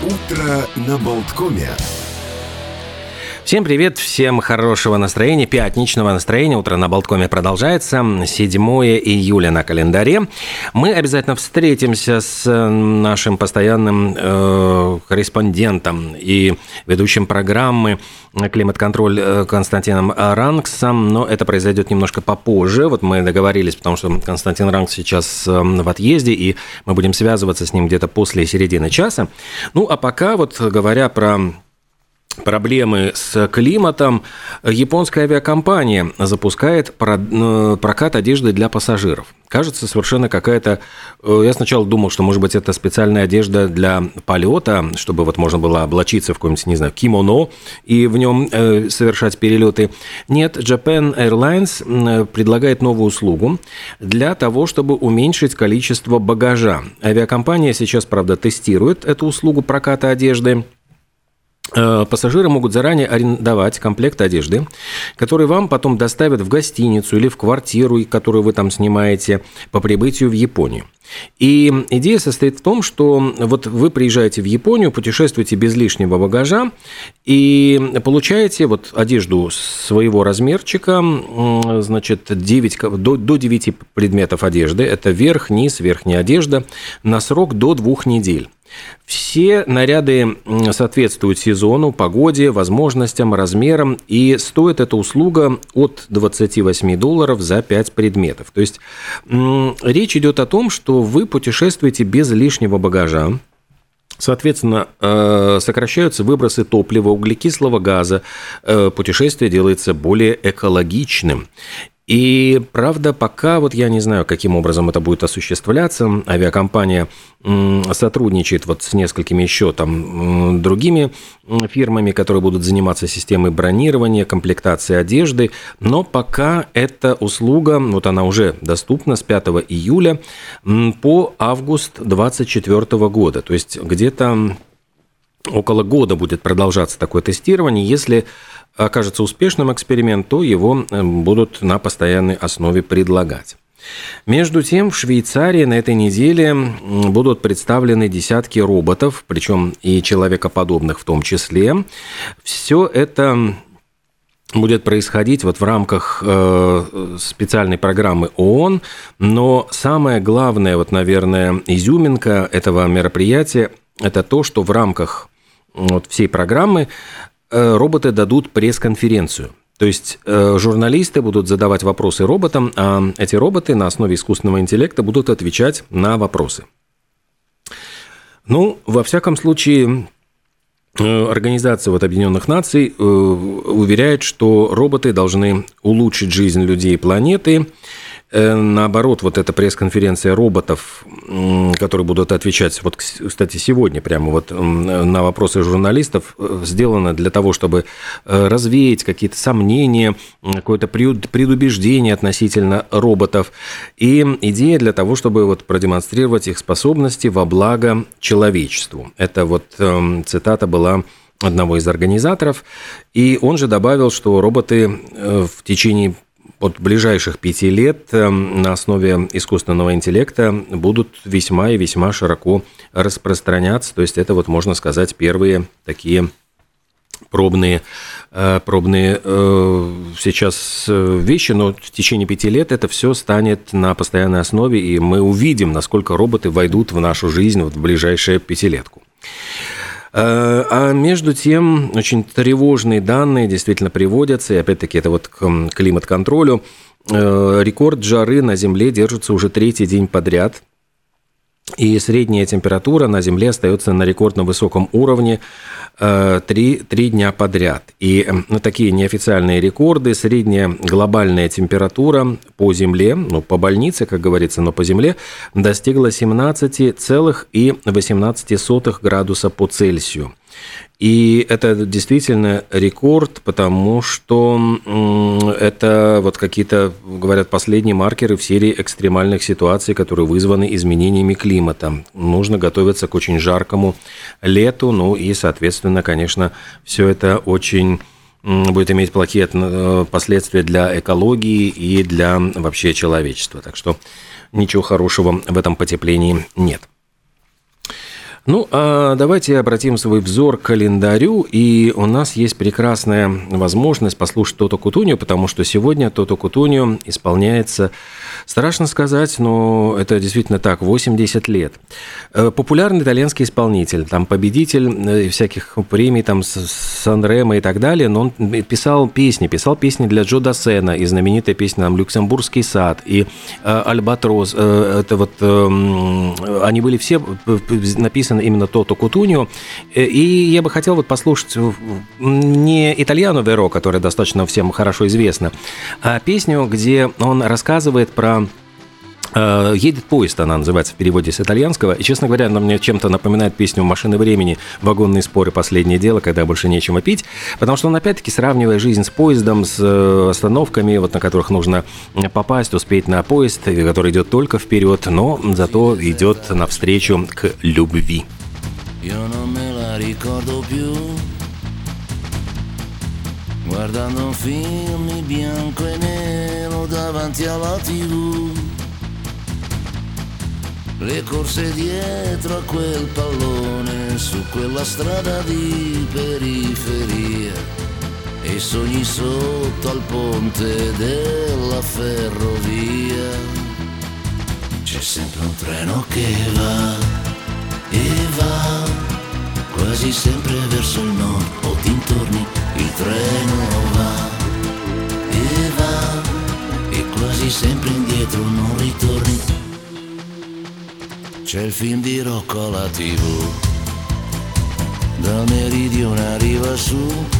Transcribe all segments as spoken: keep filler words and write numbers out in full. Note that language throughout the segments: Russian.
Утро на Болткоме. Всем привет, всем хорошего настроения, пятничного настроения. Утро на Болткоме продолжается. седьмое июля на календаре. Мы обязательно встретимся с нашим постоянным э, корреспондентом и ведущим программы «Климат-контроль» Константином Рангсом, но это произойдет немножко попозже. Вот мы договорились, потому что Константин Рангс сейчас в отъезде, и мы будем связываться с ним где-то после середины часа. Ну, а пока, вот говоря про проблемы с климатом, японская авиакомпания запускает прокат одежды для пассажиров. Кажется, совершенно какая-то... Я сначала думал, что, может быть, это специальная одежда для полета, чтобы вот можно было облачиться в какое-нибудь, не знаю, кимоно и в нем совершать перелеты. Нет, Japan Airlines предлагает новую услугу для того, чтобы уменьшить количество багажа. Авиакомпания сейчас, правда, тестирует эту услугу проката одежды. Пассажиры могут заранее арендовать комплект одежды, который вам потом доставят в гостиницу или в квартиру, которую вы там снимаете, по прибытию в Японию. И идея состоит в том, что вот вы приезжаете в Японию, путешествуете без лишнего багажа и получаете вот одежду своего размерчика, значит, девять, до, до девяти предметов одежды, это верх, низ, верхняя одежда, на срок до двух недель. Все наряды соответствуют сезону, погоде, возможностям, размерам, и стоит эта услуга от двадцати восьми долларов за пять предметов. То есть речь идет о том, что вы путешествуете без лишнего багажа. Соответственно, сокращаются выбросы топлива, углекислого газа, путешествие делается более экологичным. И, правда, пока вот я не знаю, каким образом это будет осуществляться. Авиакомпания сотрудничает вот с несколькими еще там другими фирмами, которые будут заниматься системой бронирования, комплектации одежды. Но пока эта услуга, вот она уже доступна с пятого июля по август двадцать четвёртого года. То есть где-то около года будет продолжаться такое тестирование. Если окажется успешным эксперимент, то его будут на постоянной основе предлагать. Между тем, в Швейцарии на этой неделе будут представлены десятки роботов, причем и человекоподобных в том числе. Все это будет происходить вот в рамках специальной программы ООН, но самое главное, вот, наверное, изюминка этого мероприятия – это то, что в рамках вот всей программы роботы дадут пресс-конференцию. То есть журналисты будут задавать вопросы роботам, а эти роботы на основе искусственного интеллекта будут отвечать на вопросы. Ну, во всяком случае, Организация вот Объединенных Наций уверяет, что роботы должны улучшить жизнь людей и планеты. Наоборот, вот эта пресс-конференция роботов, которые будут отвечать, вот, кстати, сегодня прямо вот на вопросы журналистов, сделана для того, чтобы развеять какие-то сомнения, какое-то предубеждение относительно роботов. И идея для того, чтобы вот продемонстрировать их способности во благо человечеству. Это вот цитата была одного из организаторов. И он же добавил, что роботы в течение от ближайших пяти лет на основе искусственного интеллекта будут весьма и весьма широко распространяться. То есть это, вот можно сказать, первые такие пробные, пробные сейчас вещи, но в течение пяти лет это все станет на постоянной основе, и мы увидим, насколько роботы войдут в нашу жизнь вот в ближайшую пятилетку. А между тем, очень тревожные данные действительно приводятся, и опять-таки это вот к климат-контролю. Рекорд жары на Земле держится уже третий день подряд, и средняя температура на Земле остается на рекордно высоком уровне три, три дня подряд. И на такие неофициальные рекорды средняя глобальная температура по Земле, ну, по больнице, как говорится, но по Земле, достигла семнадцать целых восемнадцать сотых градуса по Цельсию. И это действительно рекорд, потому что это вот какие-то, говорят, последние маркеры в серии экстремальных ситуаций, которые вызваны изменениями климата. Нужно готовиться к очень жаркому лету, ну и, соответственно, конечно, все это очень будет иметь плохие последствия для экологии и для вообще человечества. Так что ничего хорошего в этом потеплении нет. Ну, а давайте обратим свой взор к календарю, и у нас есть прекрасная возможность послушать Тото Кутунью, потому что сегодня Тото Кутунью исполняется, страшно сказать, но это действительно так, восемьдесят лет. Популярный итальянский исполнитель, там победитель всяких премий, там Сан-Ремо и так далее, но он писал песни, писал песни для Джо Дассена, и знаменитая песня там «Люксембургский сад», и «Альбатрос», это вот, они были все написаны именно Тото Кутунью, и я бы хотел вот послушать не «Итальяно Веро», которая достаточно всем хорошо известна, а песню, где он рассказывает про «Едет поезд», она называется в переводе с итальянского, и, честно говоря, она мне чем-то напоминает песню «Машины времени», «Вагонные споры. Последнее дело», когда больше нечего пить, потому что он, опять-таки, сравнивая жизнь с поездом, с остановками, вот, на которых нужно попасть, успеть на поезд, который идет только вперед, но зато идет навстречу к любви. Guardando film bianco e nero davanti alla tivù, le corse dietro a quel pallone su quella strada di periferia e i sogni sotto al ponte della ferrovia. C'è sempre un treno che va e va quasi sempre verso il nord o dintorni. Il treno va e va e quasi sempre indietro non ritorni. C'è il film di Rocco alla tivù, dal meridione arriva su,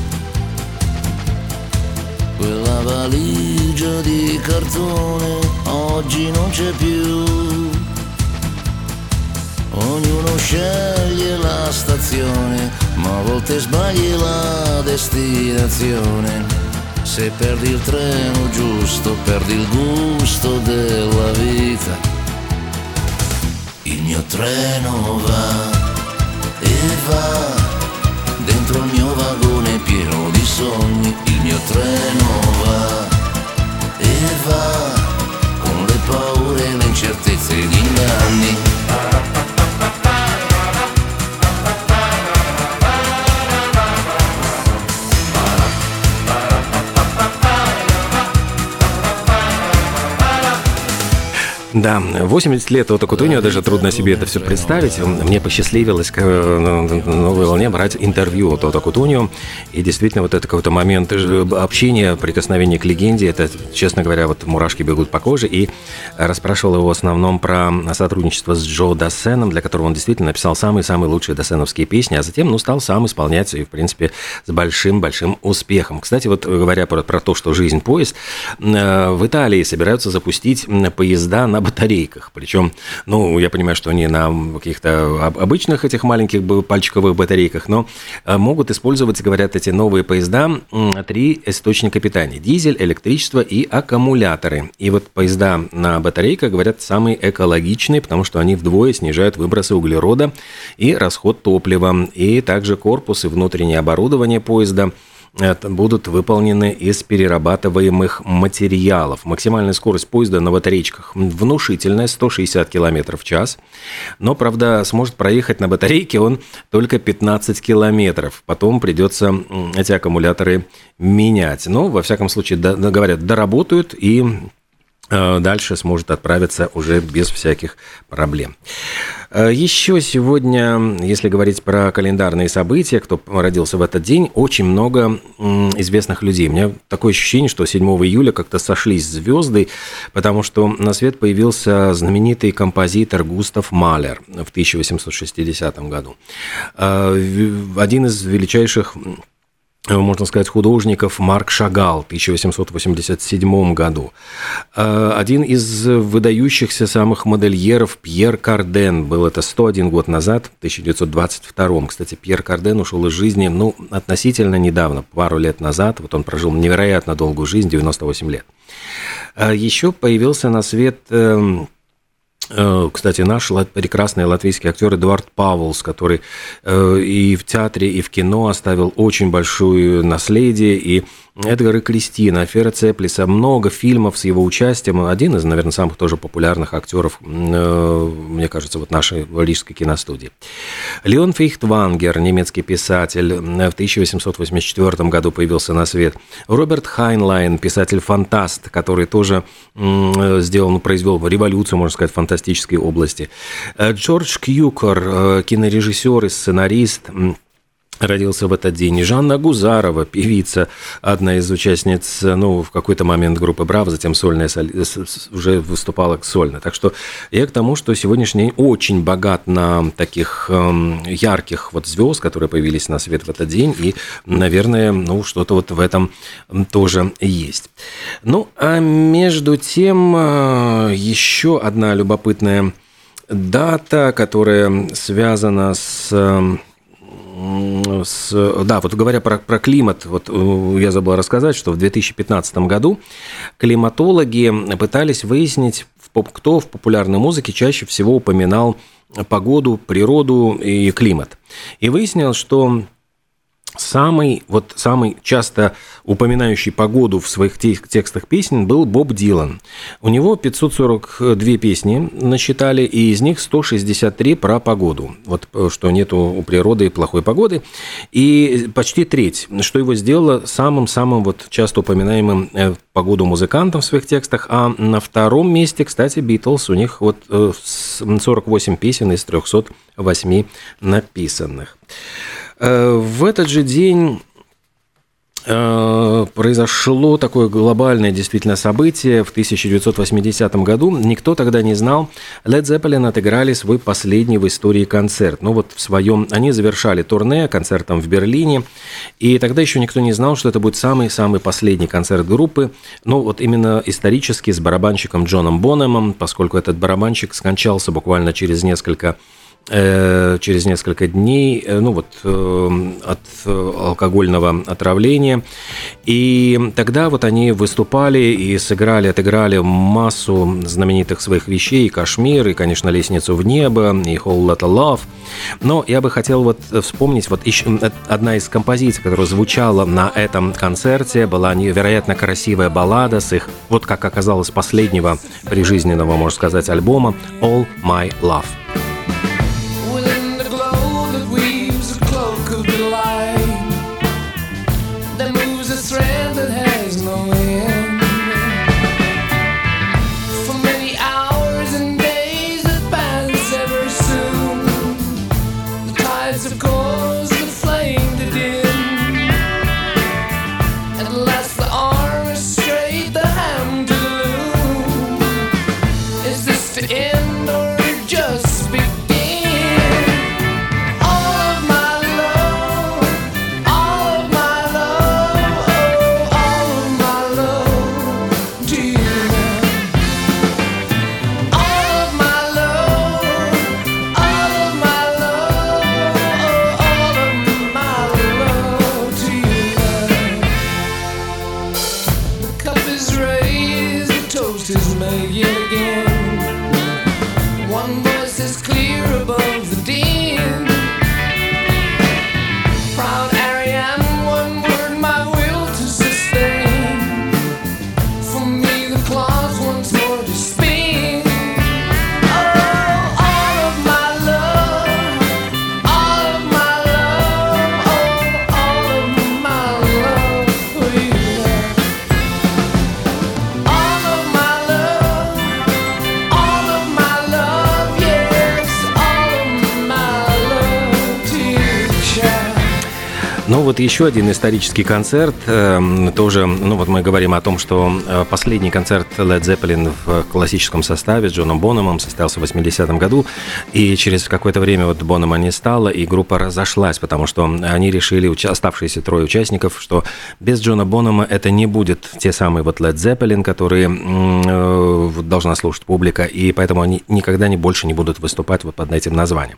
quella valigia di cartone oggi non c'è più. Ognuno sceglie la stazione, ma a volte sbagli la destinazione. Se perdi il treno giusto, perdi il gusto della vita. Il mio treno va e va dentro il mio vagone pieno di sogni. Il mio treno va e va con le paure, le incertezze e gli inganni. Да, восемьдесят лет Тото Кутунью, даже трудно себе это все представить. Мне посчастливилось на «Новой волне» брать интервью Тото Кутунью. И действительно, вот это какой-то момент общения, прикосновения к легенде, это, честно говоря, вот мурашки бегут по коже. И расспрашивал его в основном про сотрудничество с Джо Дассеном, для которого он действительно написал самые-самые лучшие дассеновские песни, а затем, ну, стал сам исполнять и, в принципе, с большим-большим успехом. Кстати, вот говоря про, про то, что жизнь поезд, в Италии собираются запустить поезда на батарейках. Причем, ну, я понимаю, что они на каких-то обычных этих маленьких пальчиковых батарейках, но могут использовать, говорят, эти новые поезда три источника питания. Дизель, электричество и аккумуляторы. И вот поезда на батарейках, говорят, самые экологичные, потому что они вдвое снижают выбросы углерода и расход топлива. И также корпус и внутреннее оборудование поезда будут выполнены из перерабатываемых материалов. Максимальная скорость поезда на батарейках внушительная, сто шестьдесят километров в час. Но, правда, сможет проехать на батарейке он только пятнадцать километров. Потом придется эти аккумуляторы менять. Но, во всяком случае, говорят, доработают и дальше сможет отправиться уже без всяких проблем. Еще сегодня, если говорить про календарные события, кто родился в этот день, очень много известных людей. У меня такое ощущение, что седьмого июля как-то сошлись звезды, потому что на свет появился знаменитый композитор Густав Малер в тысяча восемьсот шестидесятом году. Один из величайших, можно сказать, художников Марк Шагал в тысяча восемьсот восемьдесят седьмом году. Один из выдающихся самых модельеров Пьер Карден, был это сто один год назад, в тысяча девятьсот двадцать втором. Кстати, Пьер Карден ушел из жизни, ну, относительно недавно, пару лет назад. Вот он прожил невероятно долгую жизнь, девяносто восемь лет. Еще появился на свет... Кстати, наш прекрасный латвийский актер Эдуард Павлс, который и в театре, и в кино оставил очень большое наследие, и Эдгар и Кристина, афера Цеплиса, много фильмов с его участием. Один из, наверное, самых тоже популярных актеров, мне кажется, вот нашей рижской киностудии. Леон Фейхтвангер, немецкий писатель, в тысяча восемьсот восемьдесят четвёртом году появился на свет. Роберт Хайнлайн, писатель-фантаст, который тоже сделал, произвел революцию, можно сказать, в фантастической области. Джордж Кьюкер, кинорежиссер и сценарист, родился в этот день. Жанна Гузарова, певица, одна из участниц, ну, в какой-то момент группы «Браво», затем сольная, уже выступала сольно. Так что я к тому, что сегодняшний день очень богат на таких ярких вот звезд, которые появились на свет в этот день, и, наверное, ну, что-то вот в этом тоже есть. Ну, а между тем, еще одна любопытная дата, которая связана с... С, да, вот говоря про, про климат, вот я забыл рассказать, что в две тысячи пятнадцатом году климатологи пытались выяснить, кто в популярной музыке чаще всего упоминал погоду, природу и климат. И выяснилось, что самый, вот, самый часто упоминающий погоду в своих текстах песен был Боб Дилан. У него пятьсот сорок две песни насчитали, и из них сто шестьдесят три про погоду. Вот что нету у природы плохой погоды. И почти треть, что его сделало самым-самым вот часто упоминаемым погоду музыкантом в своих текстах. А на втором месте, кстати, Битлз. У них вот сорок восемь песен из трехсот восьми написанных. В этот же день произошло такое глобальное действительно событие. В тысяча девятьсот восьмидесятом году никто тогда не знал, Led Zeppelin отыграли свой последний в истории концерт. Ну вот в своем... Они завершали турне концертом в Берлине, и тогда еще никто не знал, что это будет самый-самый последний концерт группы. Ну вот именно исторически с барабанщиком Джоном Бонемом, поскольку этот барабанщик скончался буквально через несколько через несколько дней, ну вот, от алкогольного отравления. И тогда вот они выступали и сыграли, отыграли массу знаменитых своих вещей, «Кашмир», и, конечно, «Лестницу в небо», и «Whole Lotta Love». Но я бы хотел вот вспомнить, вот еще одна из композиций, которая звучала на этом концерте, была невероятно красивая баллада с их, вот как оказалось, последнего прижизненного, можно сказать, альбома «All My Love». Ну вот еще один исторический концерт, тоже, ну вот мы говорим о том, что последний концерт Led Zeppelin в классическом составе с Джоном Бонемом состоялся в восьмидесятом году, и через какое-то время вот Бонема не стало, и группа разошлась, потому что они решили, оставшиеся трое участников, что без Джона Бонема это не будет те самые вот Led Zeppelin, которые э, должна слушать публика, и поэтому они никогда не больше не будут выступать вот под этим названием.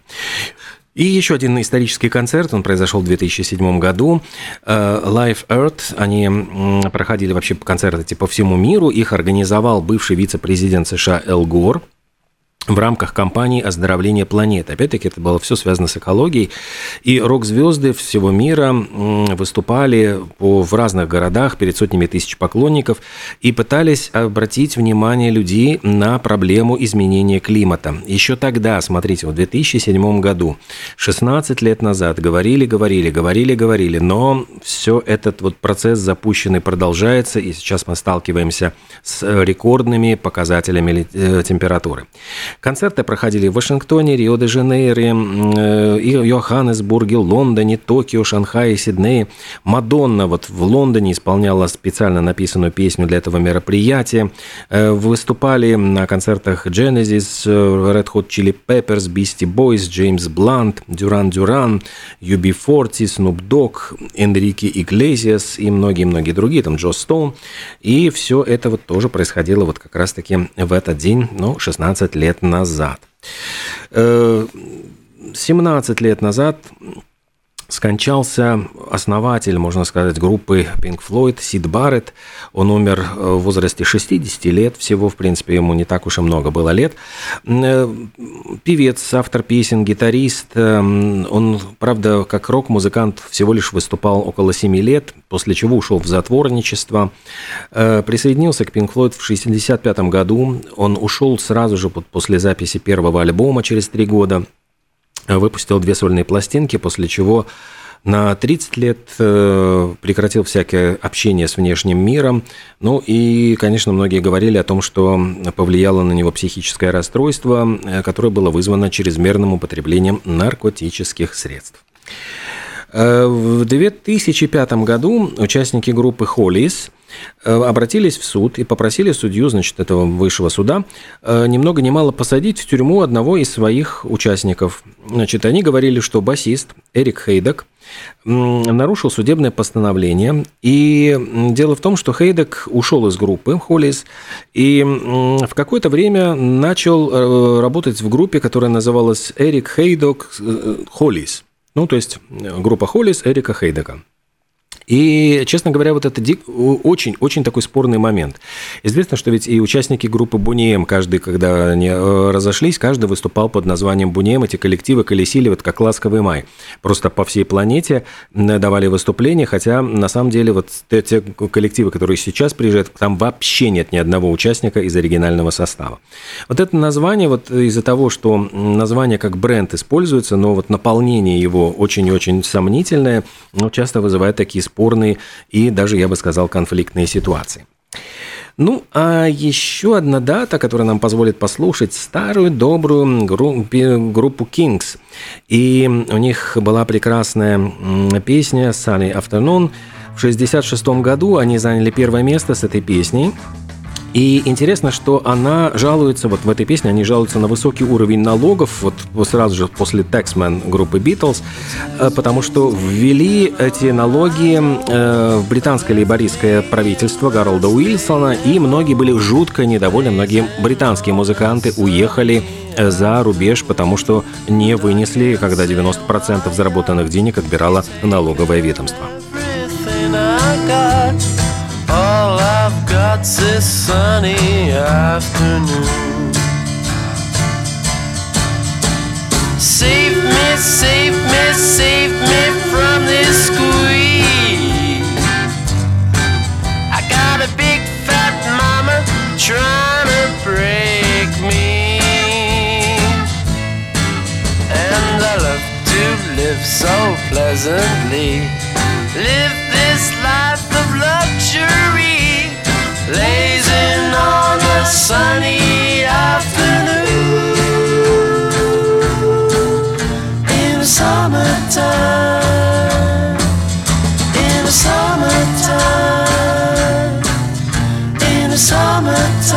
И еще один исторический концерт, он произошел в две тысячи седьмом году. Live Earth, они проходили вообще концерты по всему миру, их организовал бывший вице-президент США Эл Гор. в рамках кампании оздоровления планеты. Опять-таки, это было все связано с экологией. И рок-звезды всего мира выступали по, в разных городах перед сотнями тысяч поклонников и пытались обратить внимание людей на проблему изменения климата. Еще тогда, смотрите, в две тысячи седьмом году, шестнадцать лет назад, говорили, говорили, говорили, говорили, но все этот вот процесс запущенный продолжается, и сейчас мы сталкиваемся с рекордными показателями температуры. Концерты проходили в Вашингтоне, Рио-де-Жанейро, Йоханнесбурге, Лондоне, Токио, Шанхае, Сиднее. Мадонна вот в Лондоне исполняла специально написанную песню для этого мероприятия. Выступали на концертах Genesis, Red Hot Chili Peppers, Beastie Boys, Джеймс Блант, Дюран Дюран, ю би форти, Snoop Dogg, Энрике Иглесиас и многие-многие другие, там Джо Стоун. И все это вот тоже происходило вот как раз-таки в этот день, ну, шестнадцать лет назад. семнадцать лет назад скончался основатель, можно сказать, группы Pink Floyd Сид Барретт. Он умер в возрасте шестидесяти лет, всего, в принципе, ему не так уж и много было лет. Певец, автор песен, гитарист. Он, правда, как рок-музыкант всего лишь выступал около семи лет, после чего ушел в затворничество. Присоединился к Pink Floyd в шестьдесят пятом году. Он ушел сразу же после записи первого альбома через три года. Выпустил две сольные пластинки, после чего на тридцать лет прекратил всякое общение с внешним миром. Ну и, конечно, многие говорили о том, что повлияло на него психическое расстройство, которое было вызвано чрезмерным употреблением наркотических средств. В две тысячи пятом году участники группы Hollies обратились в суд и попросили судью, значит, этого высшего суда ни много ни мало посадить в тюрьму одного из своих участников. Значит, они говорили, что басист Эрик Хейдек нарушил судебное постановление. И дело в том, что Хейдек ушел из группы Hollies и в какое-то время начал работать в группе, которая называлась Эрик Хейдек Hollies. Ну, то есть группа Hollies Эрика Хейдека. И, честно говоря, вот это очень-очень такой спорный момент. Известно, что ведь и участники группы Boney M, каждый, когда они разошлись, каждый выступал под названием Boney M. Эти коллективы колесили вот как ласковый май. Просто по всей планете давали выступления, хотя на самом деле вот те коллективы, которые сейчас приезжают, там вообще нет ни одного участника из оригинального состава. Вот это название, вот из-за того, что название как бренд используется, но вот наполнение его очень-очень сомнительное, но часто вызывает такие спорные и даже, я бы сказал, конфликтные ситуации. Ну, а еще одна дата, которая нам позволит послушать старую добрую группу Kings. И у них была прекрасная песня «Sunny Afternoon». В шестьдесят шестом году они заняли первое место с этой песней. И интересно, что она жалуется, вот в этой песне они жалуются на высокий уровень налогов, вот сразу же после Taxman группы Beatles, потому что ввели эти налоги в британское лейбористское правительство Гарольда Уилсона, и многие были жутко недовольны, многие британские музыканты уехали за рубеж, потому что не вынесли, когда девяносто процентов заработанных денег отбирало налоговое ведомство. All I've got's this sunny afternoon. Save me, save me, save me from this squeeze. I got a big fat mama trying to break me, and I love to live so pleasantly. Live this life of luxury, blazing on a sunny afternoon in the summertime, in the summertime, in the summertime.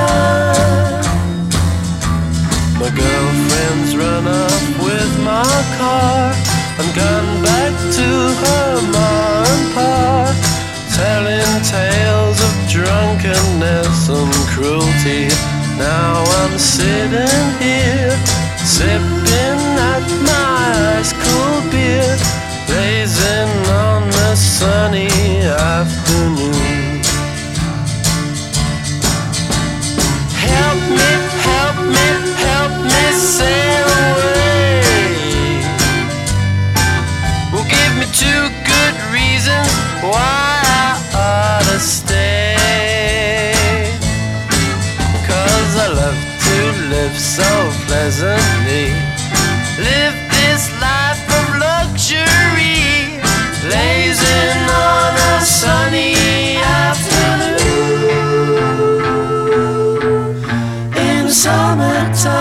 My girlfriend's run up with my car and gone back to her ma and pa, telling tales of drunkenness and cruelty. Now I'm sitting here, sipping at my ice cold beer, blazing on the sunny afternoon. Help me, help me, help me two good reasons why I ought to stay. 'Cause I love to live so pleasantly, live this life of luxury, blazing on a sunny afternoon in summertime.